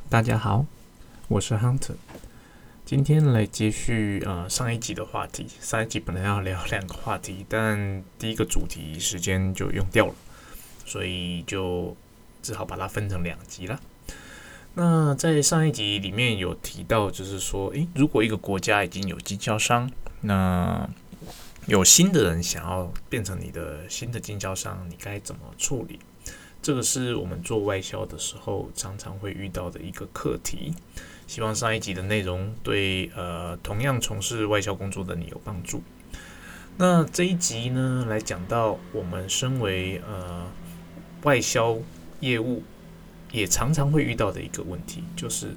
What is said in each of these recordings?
大家好，我是 Hunter，今天来接续上一集的话题。上一集本来要聊两个话题，但第一个主题时间就用掉了，所以就只好把它分成两集了。那在上一集里面有提到，就是说，如果一个国家已经有经销商，那有新的人想要变成你的新的经销商，你该怎么处理？这个是我们做外销的时候常常会遇到的一个课题。希望上一集的内容对同样从事外销工作的你有帮助。那这一集呢，来讲到我们身为外销业务，也常常会遇到的一个问题，就是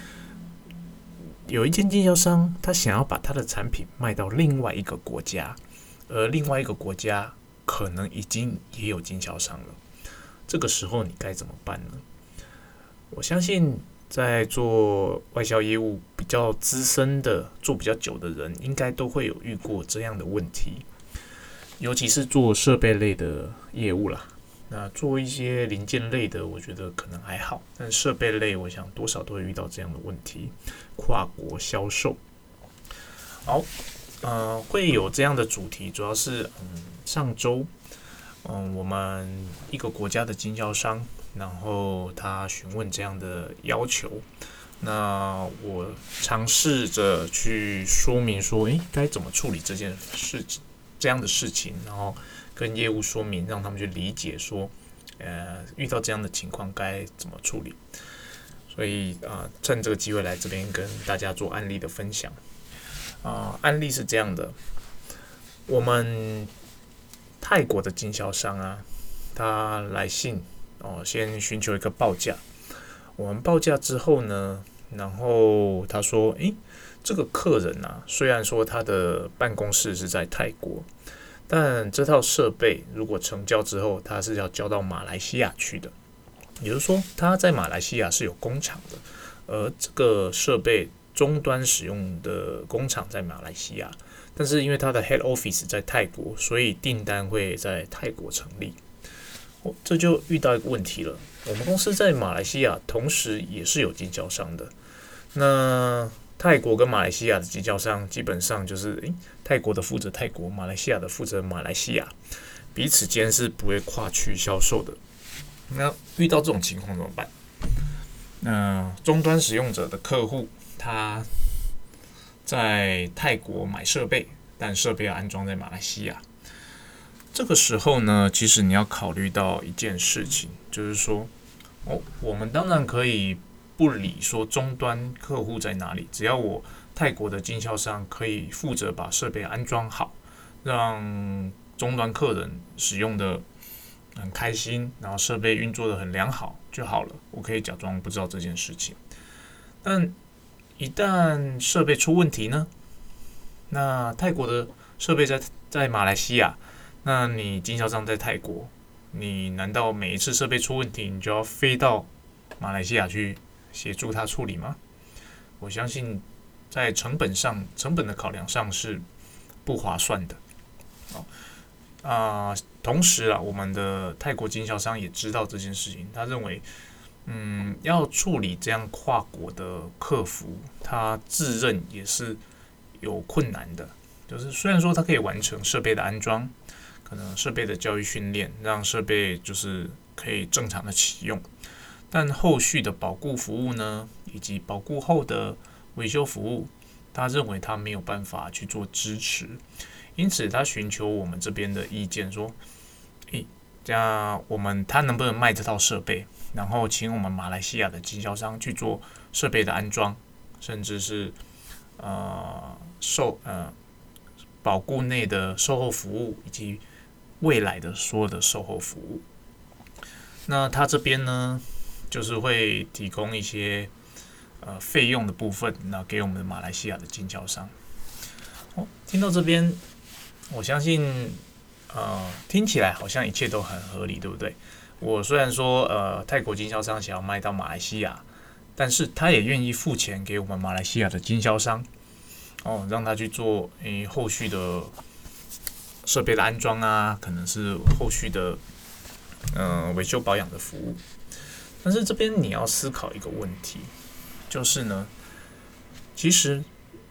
有一间经销商，他想要把他的产品卖到另外一个国家，而另外一个国家可能已经也有经销商了。这个时候你该怎么办呢？我相信在做外销业务比较资深的、做比较久的人，应该都会有遇过这样的问题，尤其是做设备类的业务啦。那做一些零件类的，我觉得可能还好，但设备类，我想多少都会遇到这样的问题。跨国销售，好，会有这样的主题，主要是上周。我们一个国家的经销商，然后他询问这样的要求，那我尝试着去说明说，该怎么处理这件事情，这样的事情，然后跟业务说明，让他们去理解说，遇到这样的情况该怎么处理。所以趁这个机会来这边跟大家做案例的分享。案例是这样的，我们泰国的经销商啊，他来信先寻求一个报价。我们报价之后呢，然后他说，这个客人啊，虽然说他的办公室是在泰国，但这套设备如果成交之后，他是要交到马来西亚去的。也就是说，他在马来西亚是有工厂的，而这个设备终端使用的工厂在马来西亚。但是因为它的 head office 在泰国，所以订单会在泰国成立。这就遇到一个问题了。我们公司在马来西亚同时也是有经销商的。那泰国跟马来西亚的经销商基本上就是，泰国的负责泰国，马来西亚的负责马来西亚，彼此间是不会跨区销售的。那遇到这种情况怎么办？终端使用者的客户他在泰国买设备，但设备要安装在马来西亚。这个时候呢，其实你要考虑到一件事情，就是说，我们当然可以不理说终端客户在哪里，只要我泰国的经销商可以负责把设备安装好，让终端客人使用的很开心，然后设备运作的很良好就好了。我可以假装不知道这件事情，但一旦设备出问题呢？那泰国的设备在马来西亚，那你经销商在泰国，你难道每一次设备出问题，你就要飞到马来西亚去协助他处理吗？我相信在成本的考量上是不划算的。同时啊，我们的泰国经销商也知道这件事情，他认为要处理这样跨国的客服，他自认也是有困难的。就是虽然说他可以完成设备的安装，可能设备的教育训练，让设备就是可以正常的启用，但后续的保固服务呢，以及保固后的维修服务，他认为他没有办法去做支持，因此他寻求我们这边的意见，说，这样他能不能卖这套设备？然后请我们马来西亚的经销商去做设备的安装，甚至是保固内的售后服务，以及未来的所有的售后服务。那他这边呢，就是会提供一些费用的部分，那给我们的马来西亚的经销商。听到这边，我相信听起来好像一切都很合理，对不对？我虽然说泰国经销商想要卖到马来西亚，但是他也愿意付钱给我们马来西亚的经销商，让他去做后续的设备的安装啊，可能是后续的维修保养的服务。 但是这边你要思考一个问题，就是呢，其实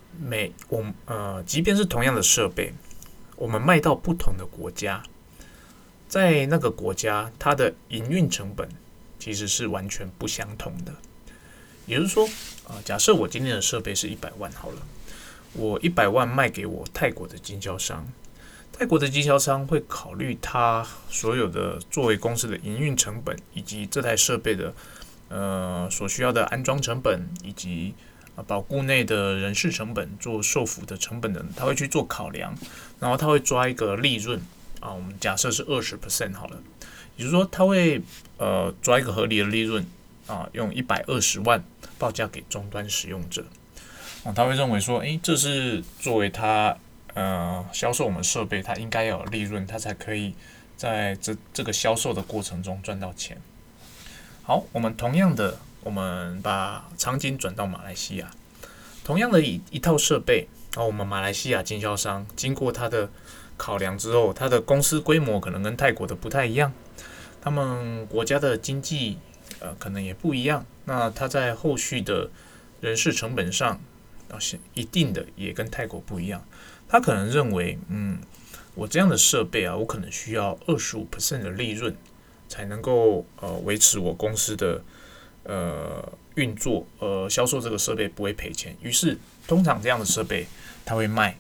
即便是同样的设备，我们卖到不同的国家，在那个国家它的营运成本其实是完全不相同的。也就是说，假设我今天的设备是100万好了，我100万卖给我泰国的经销商，泰国的经销商会考虑他所有的作为公司的营运成本，以及这台设备的所需要的安装成本，以及保固内的人事成本、做售服的成本等，他会去做考量，然后他会抓一个利润我们假设是20% 好了，也就是说他会抓一个合理的利润用120万报价给终端使用者，他会认为说，这是作为他销售我们设备，他应该要有利润，他才可以在这个销售的过程中赚到钱。好，我们同样的，我们把场景转到马来西亚，同样的一套设备，我们马来西亚经销商经过他的考量之后，他的公司规模可能跟泰国的不太一样，他们国家的经济可能也不一样，那他在后续的人事成本上一定的也跟泰国不一样，他可能认为我这样的设备我可能需要25% 的利润才能够维持我公司的运作，销售这个设备不会赔钱。于是通常这样的设备他会卖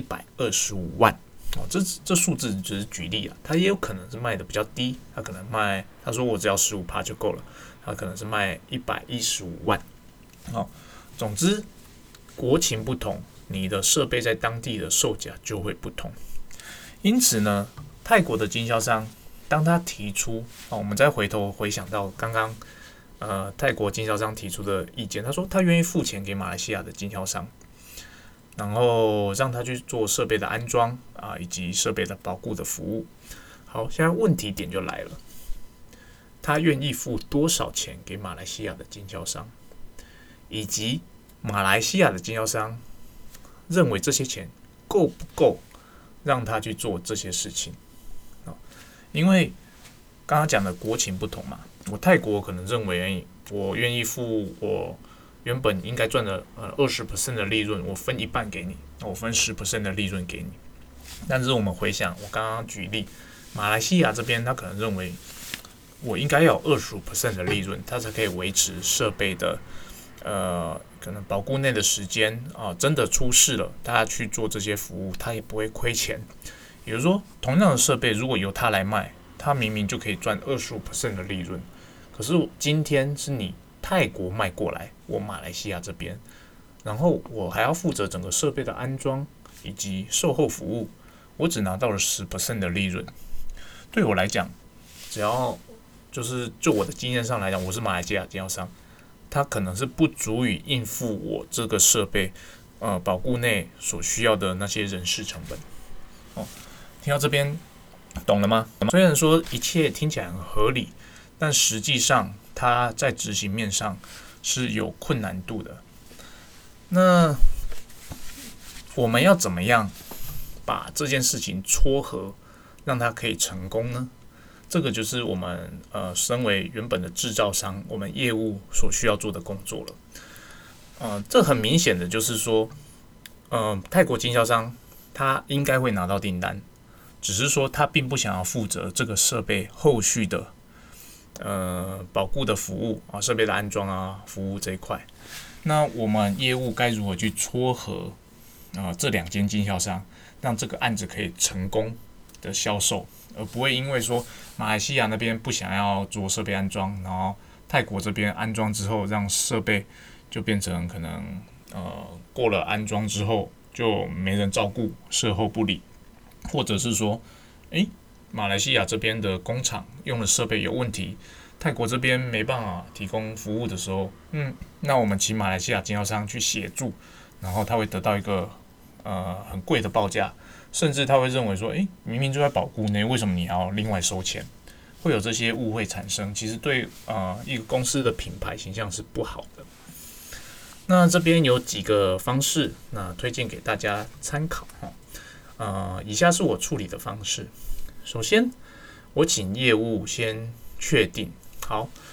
125万这数字只是举例他也有可能是卖的比较低，他可能卖，他说我只要15% 就够了，他可能是卖115万。总之国情不同，你的设备在当地的售价就会不同。因此呢，泰国的经销商当他提出我们再回头回想到刚刚泰国经销商提出的意见，他说他愿意付钱给马来西亚的经销商，然后让他去做设备的安装以及设备的保固的服务。好，现在问题点就来了，他愿意付多少钱给马来西亚的经销商，以及马来西亚的经销商认为这些钱够不够让他去做这些事情。因为刚刚讲的国情不同嘛，我泰国可能认为我愿意付我原本应该赚的20% 的利润，我分一半给你，我分10% 的利润给你。但是我们回想我刚刚举例，马来西亚这边他可能认为我应该要有25% 的利润，他才可以维持设备的可能保固内的时间真的出事了，他去做这些服务，他也不会亏钱。也就是说，同样的设备如果由他来卖，他明明就可以赚25% 的利润，可是今天是你泰国卖过来，我马来西亚这边，然后我还要负责整个设备的安装以及售后服务，我只拿到了10% 的利润。对我来讲，只要就我的经验上来讲，我是马来西亚经销商，它可能是不足以应付我这个设备保固内所需要的那些人事成本。听到这边懂了吗？虽然说一切听起来很合理，但实际上它在执行面上是有困难度的。那我们要怎么样把这件事情撮合，让它可以成功呢？这个就是我们身为原本的制造商，我们业务所需要做的工作了。这很明显的就是说，泰国经销商他应该会拿到订单，只是说他并不想要负责这个设备后续的保固的服务设备的安装服务这一块。那我们业务该如何去撮合这两间经销商，让这个案子可以成功的销售，而不会因为说马来西亚那边不想要做设备安装，然后泰国这边安装之后，让设备就变成可能过了安装之后就没人照顾，售后不理，或者是说马来西亚这边的工厂用的设备有问题，泰国这边没办法提供服务的时候，那我们请马来西亚经销商去协助，然后他会得到一个很贵的报价，甚至他会认为说，明明就在保固内，为什么你要另外收钱？会有这些误会产生，其实对一个公司的品牌形象是不好的。那这边有几个方式，那推荐给大家参考以下是我处理的方式。首先，我请业务先确定好，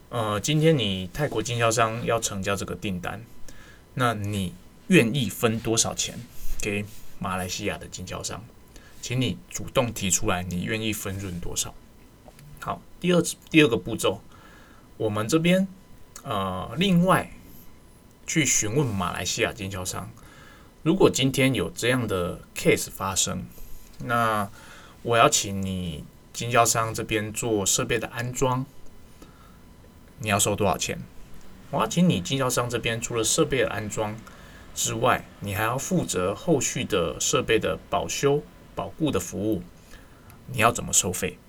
今天你泰国经销商要成交这个订单，那你愿意分多少钱给马来西亚的经销商？请你主动提出来，你愿意分润多少？好，第二个步骤，我们这边另外去询问马来西亚经销商，如果今天有这样的 case 发生，那我要请你经销商这边做设备的安装，你要收多少钱？我要请你经销商这边除了设备的安装之外，你还要负责后续的设备的保修、保固的服务，你要怎么收费？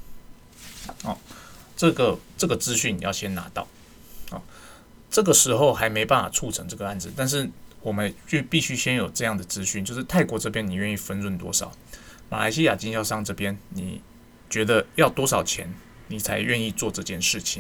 这个资讯你要先拿到。这个时候还没办法促成这个案子，但是我们就必须先有这样的资讯，就是泰国这边你愿意分润多少，马来西亚经销商这边你觉得要多少钱，你才愿意做这件事情。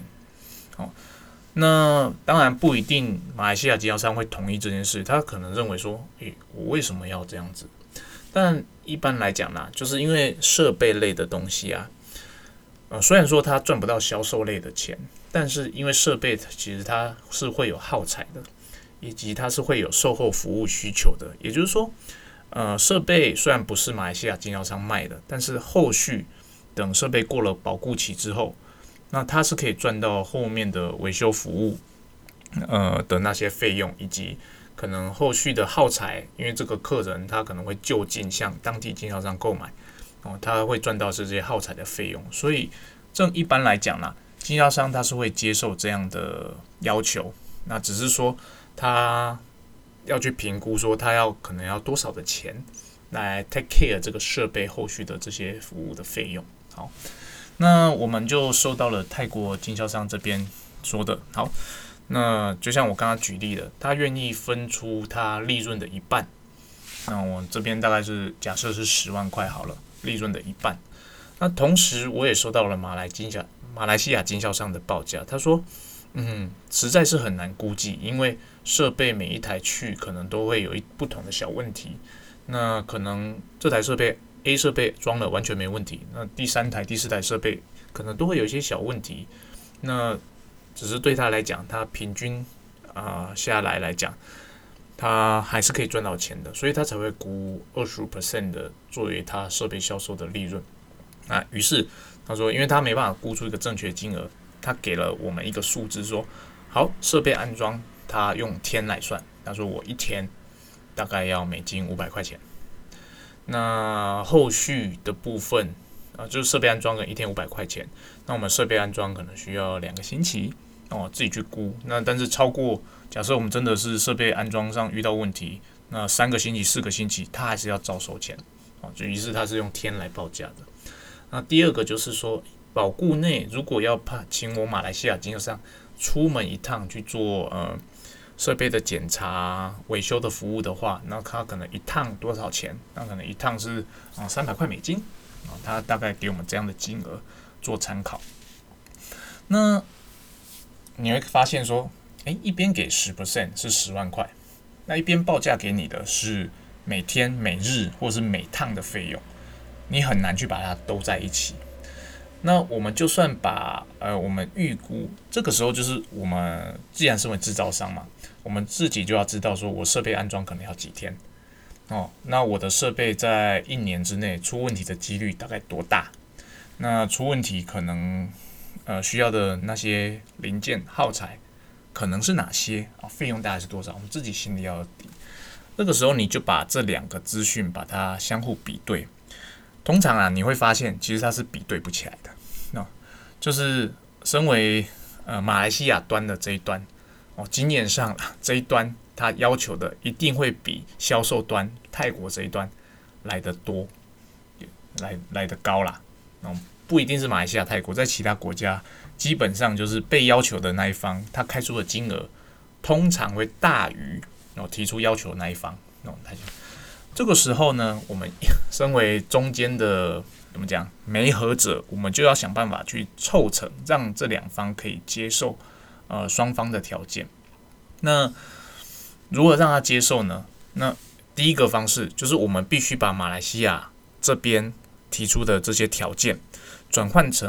那当然不一定马来西亚经销商会同意这件事，他可能认为说，我为什么要这样子？但一般来讲啦，就是因为设备类的东西啊，虽然说它赚不到销售类的钱，但是因为设备其实它是会有耗材的，以及它是会有售后服务需求的。也就是说，设备虽然不是马来西亚经销商卖的，但是后续等设备过了保固期之后，那它是可以赚到后面的维修服务的那些费用，以及可能后续的耗材，因为这个客人他可能会就近向当地经销商购买，他会赚到这些耗材的费用。所以这一般来讲啦，经销商他是会接受这样的要求，那只是说他要去评估说他可能要多少的钱来 take care 这个设备后续的这些服务的费用。好，那我们就收到了泰国经销商这边说的。好，那就像我刚刚举例的，他愿意分出他利润的一半。那我这边大概是假设是10万块好了，利润的一半。那同时我也收到了马来西亚经销商的报价，他说，实在是很难估计，因为设备每一台去可能都会有不同的小问题。那可能这台设备 A 设备装了完全没问题，那第3台、第4台设备可能都会有一些小问题。那只是对他来讲，他平均下来讲，他还是可以赚到钱的，所以他才会估25% 的作为他设备销售的利润。于是他说，因为他没办法估出一个正确金额，他给了我们一个数字说，好，设备安装他用天来算，他说我一天大概要美金500块钱。那后续的部分就是设备安装个一天500块钱，那我们设备安装可能需要2个星期自己去估。那但是超过，假设我们真的是设备安装上遇到问题，那3个星期、4个星期，他还是要照收钱就于是他是用天来报价的。那第二个就是说，保固内如果要请我马来西亚经销商出门一趟去做设备的检查、维修的服务的话，那他可能一趟多少钱？那可能一趟是300块美金他大概给我们这样的金额做参考。那你会发现说，一边给10% 是10万块，那一边报价给你的是每天、每日或是每趟的费用，你很难去把它都在一起。那我们就算把我们预估，这个时候就是我们既然身为制造商嘛，我们自己就要知道说我设备安装可能要几天那我的设备在1年之内出问题的几率大概多大？那出问题可能需要的那些零件耗材可能是哪些费用大概是多少？我们自己心里要有底。这个时候你就把这2个资讯把它相互比对。通常你会发现其实它是比对不起来的。就是身为马来西亚端的这一端经验上这一端它要求的一定会比销售端泰国这一端来得多，来得高啦。不一定是马来西亚、泰国，在其他国家基本上就是被要求的那一方，他开出的金额通常会大于提出要求的那一方。这个时候呢，我们身为中间的怎么讲媒合者，我们就要想办法去凑成，让这2方可以接受双方的条件。那如何让他接受呢？那第一个方式就是我们必须把马来西亚这边提出的这些条件转换成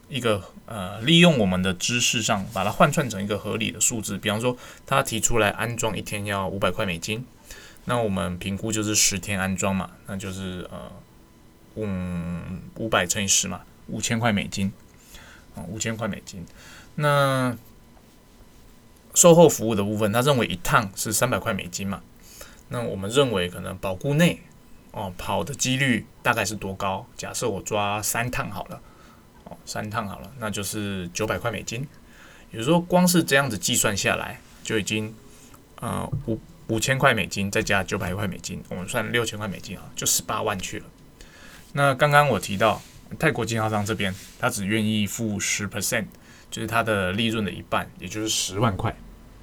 利用我们的知识上把它换算成一个合理的数字。比方说，他提出来安装一天要$500，那我们评估就是10天安装嘛，那就是500乘以10嘛，$5000，$5000。那售后服务的部分，他认为一趟是$300嘛，那我们认为可能保固内跑的几率大概是多高？假设我抓3趟好了，3趟好了，那就是$900。也就是说，光是这样子计算下来，就已经$5000再加$900，我们算$6000啊，就18万去了。那刚刚我提到泰国经销商这边，他只愿意付10%，就是他的利润的一半，也就是10万块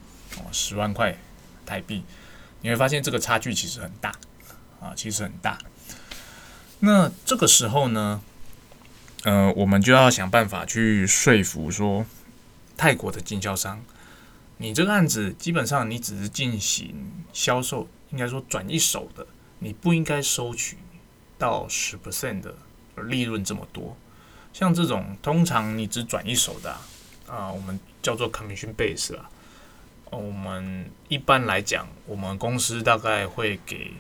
，10万块台币。你会发现这个差距其实很大其实很大。那这个时候呢，我们就要想办法去说服说泰国的经销商，你这个案子基本上你只是进行销售，应该说转一手的，你不应该收取到10% 的利润这么多。像这种通常你只转一手的我们叫做 commission base 啦。我们一般来讲，我们公司大概会给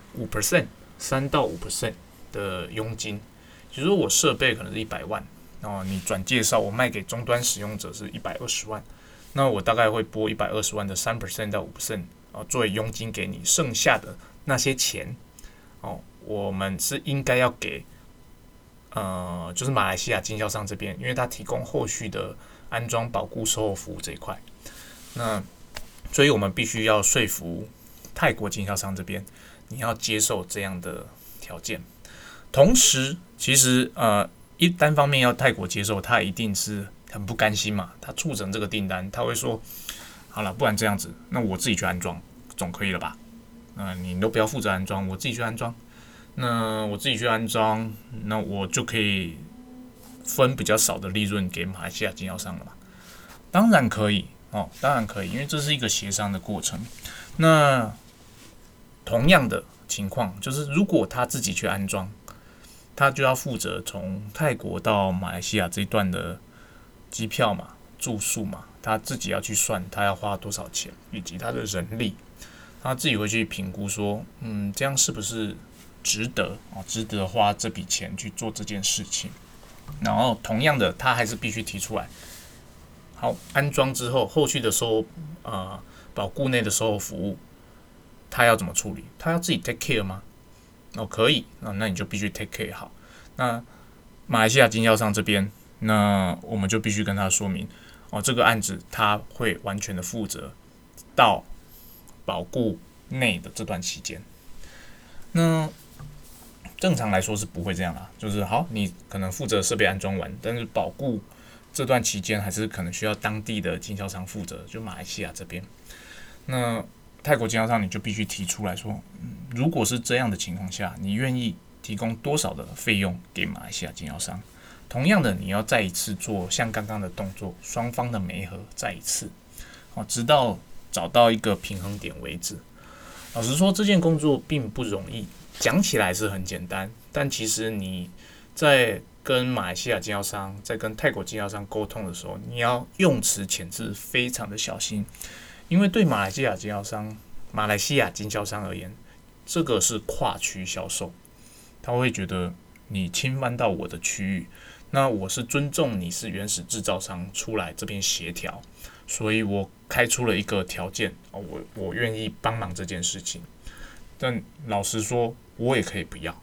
5%， 3到5% 的佣金。就是说我设备可能是100万，你转介绍我卖给终端使用者是120万，那我大概会拨120万的3% 到5%作为佣金给你，剩下的那些钱我们是应该要给就是马来西亚经销商这边，因为他提供后续的安装、保固、售后服务这一块。那所以我们必须要说服泰国经销商这边，你要接受这样的条件。同时，其实单方面要泰国接受，他一定是很不甘心嘛。他促成这个订单，他会说：好了，不然这样子，那我自己去安装总可以了吧？你都不要负责安装，我自己去安装。那我自己去安装，那我就可以分比较少的利润给马来西亚经销商了嘛？当然可以当然可以，因为这是一个协商的过程。那同样的情况就是，如果他自己去安装，他就要负责从泰国到马来西亚这一段的机票嘛、住宿嘛，他自己要去算他要花多少钱，以及他的人力，他自己会去评估说，这样是不是值得花这笔钱去做这件事情。然后同样的，他还是必须提出来，好，安装之后后续的保固内的售后服务，他要怎么处理？他要自己 take care 吗？可以，那你就必须 take care 好。那马来西亚经销商这边，那我们就必须跟他说明，这个案子他会完全的负责到保固内的这段期间。那正常来说是不会这样啦，就是好，你可能负责设备安装完，但是保固这段期间还是可能需要当地的经销商负责，就马来西亚这边。那泰国经销商你就必须提出来说，如果是这样的情况下，你愿意提供多少的费用给马来西亚经销商？同样的，你要再一次做像刚刚的动作，双方的媒合再一次，直到找到一个平衡点为止。老实说，这件工作并不容易，讲起来是很简单，但其实你在跟马来西亚经销商、在跟泰国经销商沟通的时候，你要用词遣字非常的小心。因为对马来西亚经销商而言，这个是跨区销售，他会觉得你侵犯到我的区域，那我是尊重你是原始制造商出来这边协调，所以我开出了一个条件，我愿意帮忙这件事情。但老实说，我也可以不要，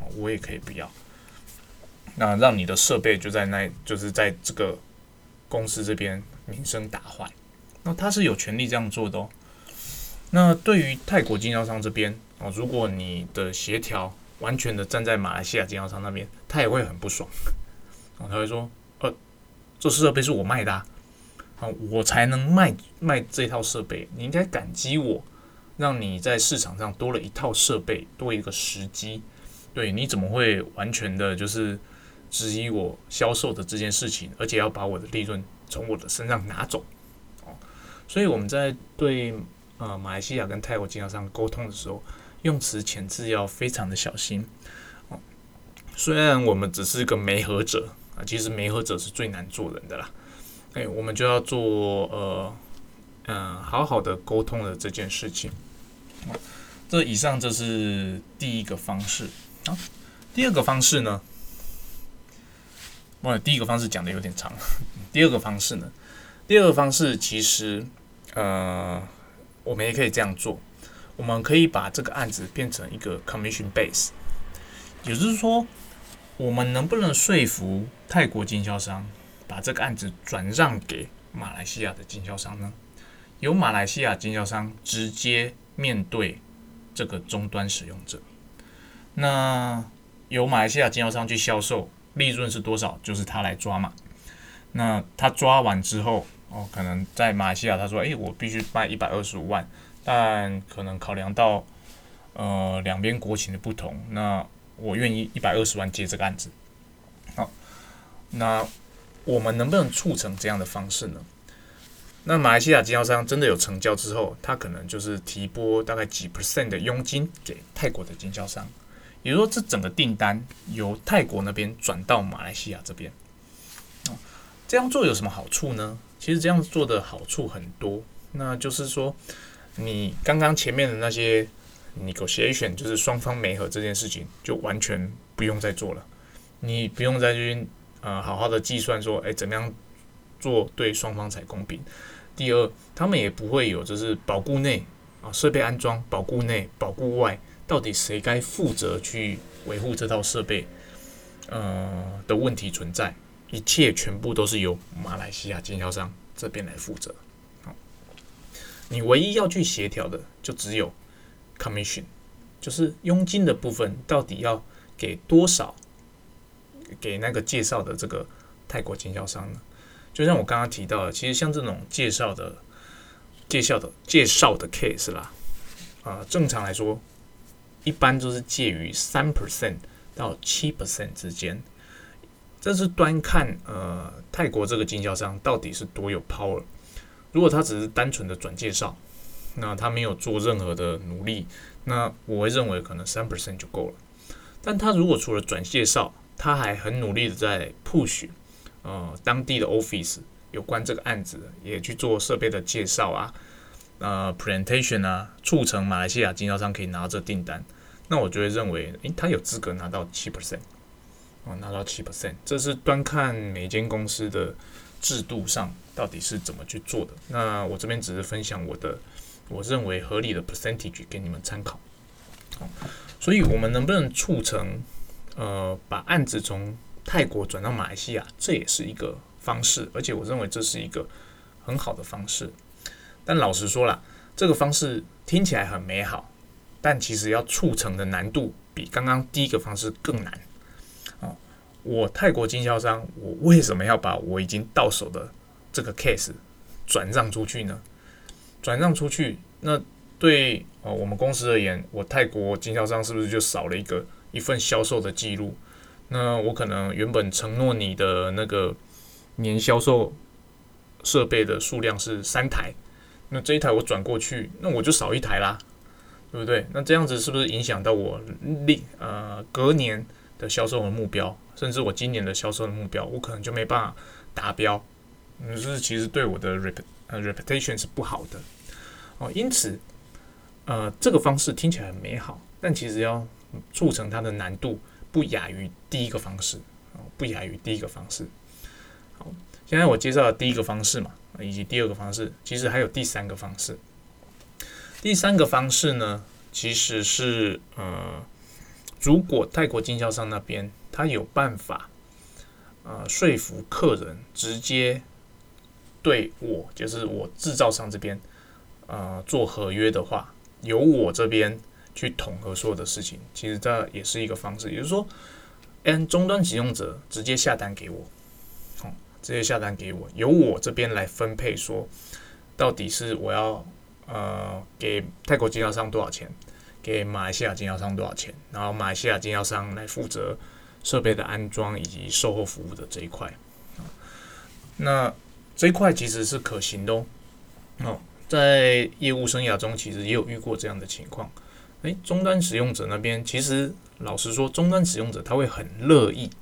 那让你的设备就是在这个公司这边名声打坏。那他是有权利这样做的那对于泰国经销商这边如果你的协调完全的站在马来西亚经销商那边，他也会很不爽他会说，这设备是我卖的我才能卖这套设备，你应该感激我，让你在市场上多了一套设备，多一个时机。对，你怎么会完全的就是质疑我销售的这件事情，而且要把我的利润从我的身上拿走？所以我们在对马来西亚跟泰国经销商沟通的时候，用词遣字要非常的小心。虽然我们只是个媒合者其实媒合者是最难做人的啦。我们就要做好好的沟通的这件事情。以上这是第一个方式。第二个方式呢？第一个方式讲的有点长。第二个方式呢？第二个方式其实我们也可以这样做。我们可以把这个案子变成一个 commission base， 也就是说，我们能不能说服泰国经销商把这个案子转让给马来西亚的经销商呢？由马来西亚经销商直接面对这个终端使用者，那由马来西亚经销商去销售，利润是多少，就是他来抓嘛。那他抓完之后，可能在马来西亚他说，我必须卖125万，但可能考量到两边国情的不同，那我愿意120万接这个案子。好，那我们能不能促成这样的方式呢？那马来西亚经销商真的有成交之后，他可能就是提拨大概几%的佣金给泰国的经销商，也就是说，这整个订单由泰国那边转到马来西亚这边。这样做有什么好处呢？其实这样做的好处很多，那就是说，你刚刚前面的那些negotiation，就是双方媒合这件事情，就完全不用再做了。你不用再去好好的计算说，怎么样做对双方才公平。第二，他们也不会有就是保固内设备安装、保固内、保固外，到底谁该负责去维护这套设备的问题存在，一切全部都是由马来西亚经销商这边来负责。你唯一要去协调的就只有 commission， 就是佣金的部分到底要给多少给那个介绍的这个泰国经销商呢？就像我刚刚提到的，其实像这种介绍的 case 啦，正常来说，一般都是介于3% 到7% 之间。这是端看泰国这个经销商到底是多有 power。如果他只是单纯的转介绍，那他没有做任何的努力，那我会认为可能3% 就够了。但他如果除了转介绍，他还很努力的在 push。当地的 office 有关这个案子，也去做设备的介绍presentation 促成马来西亚经销商可以拿到这订单，那我就会认为，他有资格拿到7%，拿到7%，这是端看每间公司的制度上到底是怎么去做的。那我这边只是分享我认为合理的 percentage 给你们参考。所以我们能不能促成把案子从泰国转到马来西亚，这也是一个方式，而且我认为这是一个很好的方式。但老实说啦，这个方式听起来很美好，但其实要促成的难度比刚刚第一个方式更难。我泰国经销商，我为什么要把我已经到手的这个 case 转让出去呢？转让出去，那对我们公司而言，我泰国经销商是不是就少了一份销售的记录？那我可能原本承诺你的那个年销售设备的数量是3台，那这一台我转过去，那我就少1台啦，对不对？那这样子是不是影响到我隔年的销售的目标，甚至我今年的销售的目标，我可能就没办法达标？就是其实对我的 reputation 是不好的。因此这个方式听起来很美好，但其实要促成它的难度不亚于第一个方式，好，现在我介绍了第一个方式嘛，以及第二个方式，其实还有第三个方式。第三个方式呢，其实是如果泰国经销商那边他有办法说服客人直接对我，就是我制造商这边做合约的话，由我这边去统合所有的事情，其实这也是一个方式。也就是说，终端使用者直接下单给我，由我这边来分配，说到底是我要给泰国经销商多少钱，给马来西亚经销商多少钱，然后马来西亚经销商来负责设备的安装以及售后服务的这一块。那这一块其实是可行的哦。在业务生涯中，其实也有遇过这样的情况。终端使用者那边，其实老实说，终端使用者他会很乐意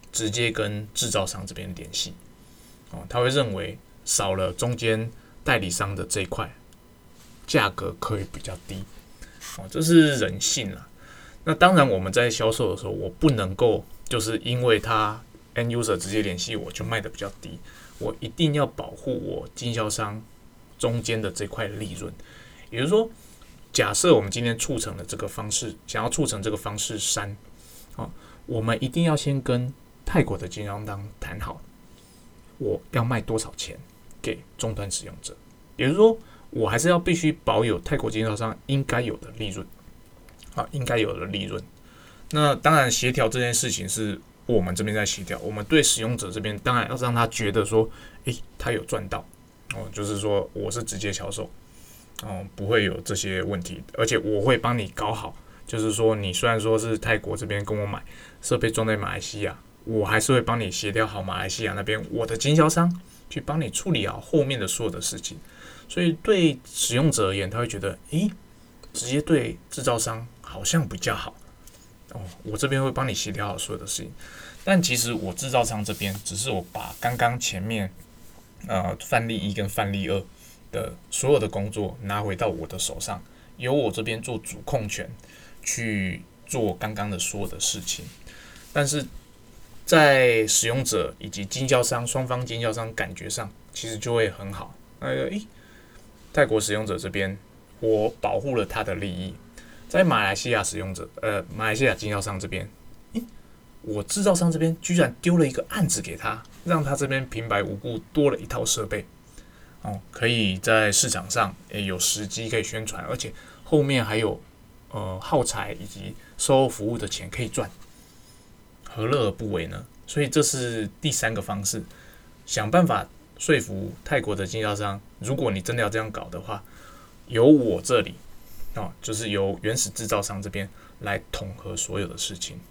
直接跟制造商这边联系，他会认为少了中间代理商的这一块，价格可以比较低，这是人性啦。那当然我们在销售的时候，我不能够就是因为他 end user 直接联系我就卖的比较低，我一定要保护我经销商中间的这块利润。也就是说，假设我们今天促成了这个方式，想要促成这个方式3，我们一定要先跟泰国的经销商谈好，我要卖多少钱给终端使用者。也就是说，我还是要必须保有泰国经销商应该有的利润，应该有的利润。那当然，协调这件事情是我们这边在协调，我们对使用者这边当然要让他觉得说，他有赚到，就是说我是直接销售。不会有这些问题，而且我会帮你搞好。就是说，你虽然说是泰国这边跟我买设备装在马来西亚，我还是会帮你协调好马来西亚那边我的经销商去帮你处理好后面的所有的事情。所以对使用者而言，他会觉得，直接对制造商好像比较好。我这边会帮你协调好所有的事情，但其实我制造商这边只是我把刚刚前面范例1跟范例2的所有的工作拿回到我的手上，由我这边做主控权去做刚刚的所有的事情。但是在使用者以及经销商双方经销商感觉上，其实就会很好。泰国使用者这边我保护了他的利益，在马来西亚使用者马来西亚经销商这边，我制造商这边居然丢了一个案子给他，让他这边平白无故多了一套设备。可以在市场上有时机可以宣传，而且后面还有耗材以及售后服务的钱可以赚，何乐而不为呢？所以这是第3个方式，想办法说服泰国的经销商，如果你真的要这样搞的话，由我这里就是由原始制造商这边来统合所有的事情，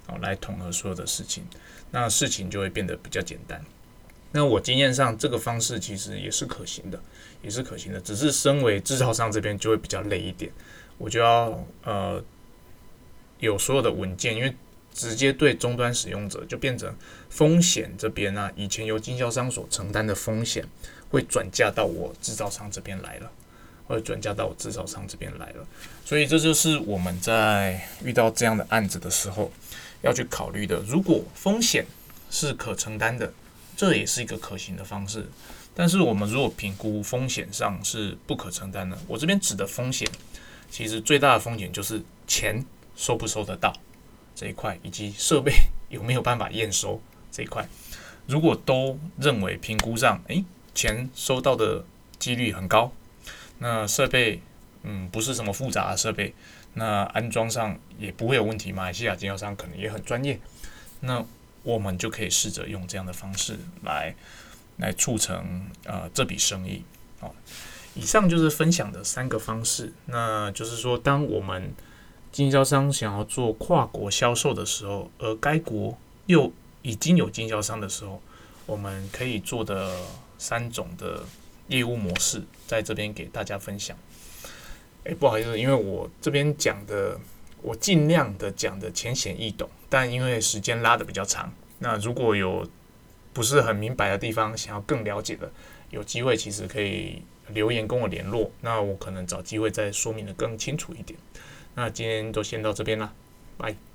那事情就会变得比较简单。那我经验上，这个方式其实也是可行的，只是身为制造商这边就会比较累一点，我就要有所有的文件，因为直接对终端使用者就变成风险这边以前由经销商所承担的风险会转嫁到我制造商这边来了，所以这就是我们在遇到这样的案子的时候要去考虑的。如果风险是可承担的，这也是一个可行的方式，但是我们如果评估风险上是不可承担的，我这边指的风险，其实最大的风险就是钱收不收得到这一块，以及设备有没有办法验收这一块。如果都认为评估上，钱收到的几率很高，那设备不是什么复杂的设备，那安装上也不会有问题，马来西亚经销商可能也很专业，那我们就可以试着用这样的方式来促成这笔生意。以上就是分享的3个方式。那就是说，当我们经销商想要做跨国销售的时候，而该国又已经有经销商的时候，我们可以做的3种的业务模式，在这边给大家分享。不好意思，因为我这边讲的，我尽量的讲的浅显易懂，但因为时间拉得比较长，那如果有不是很明白的地方，想要更了解的，有机会其实可以留言跟我联络，那我可能找机会再说明的更清楚一点。那今天就先到这边啦，拜。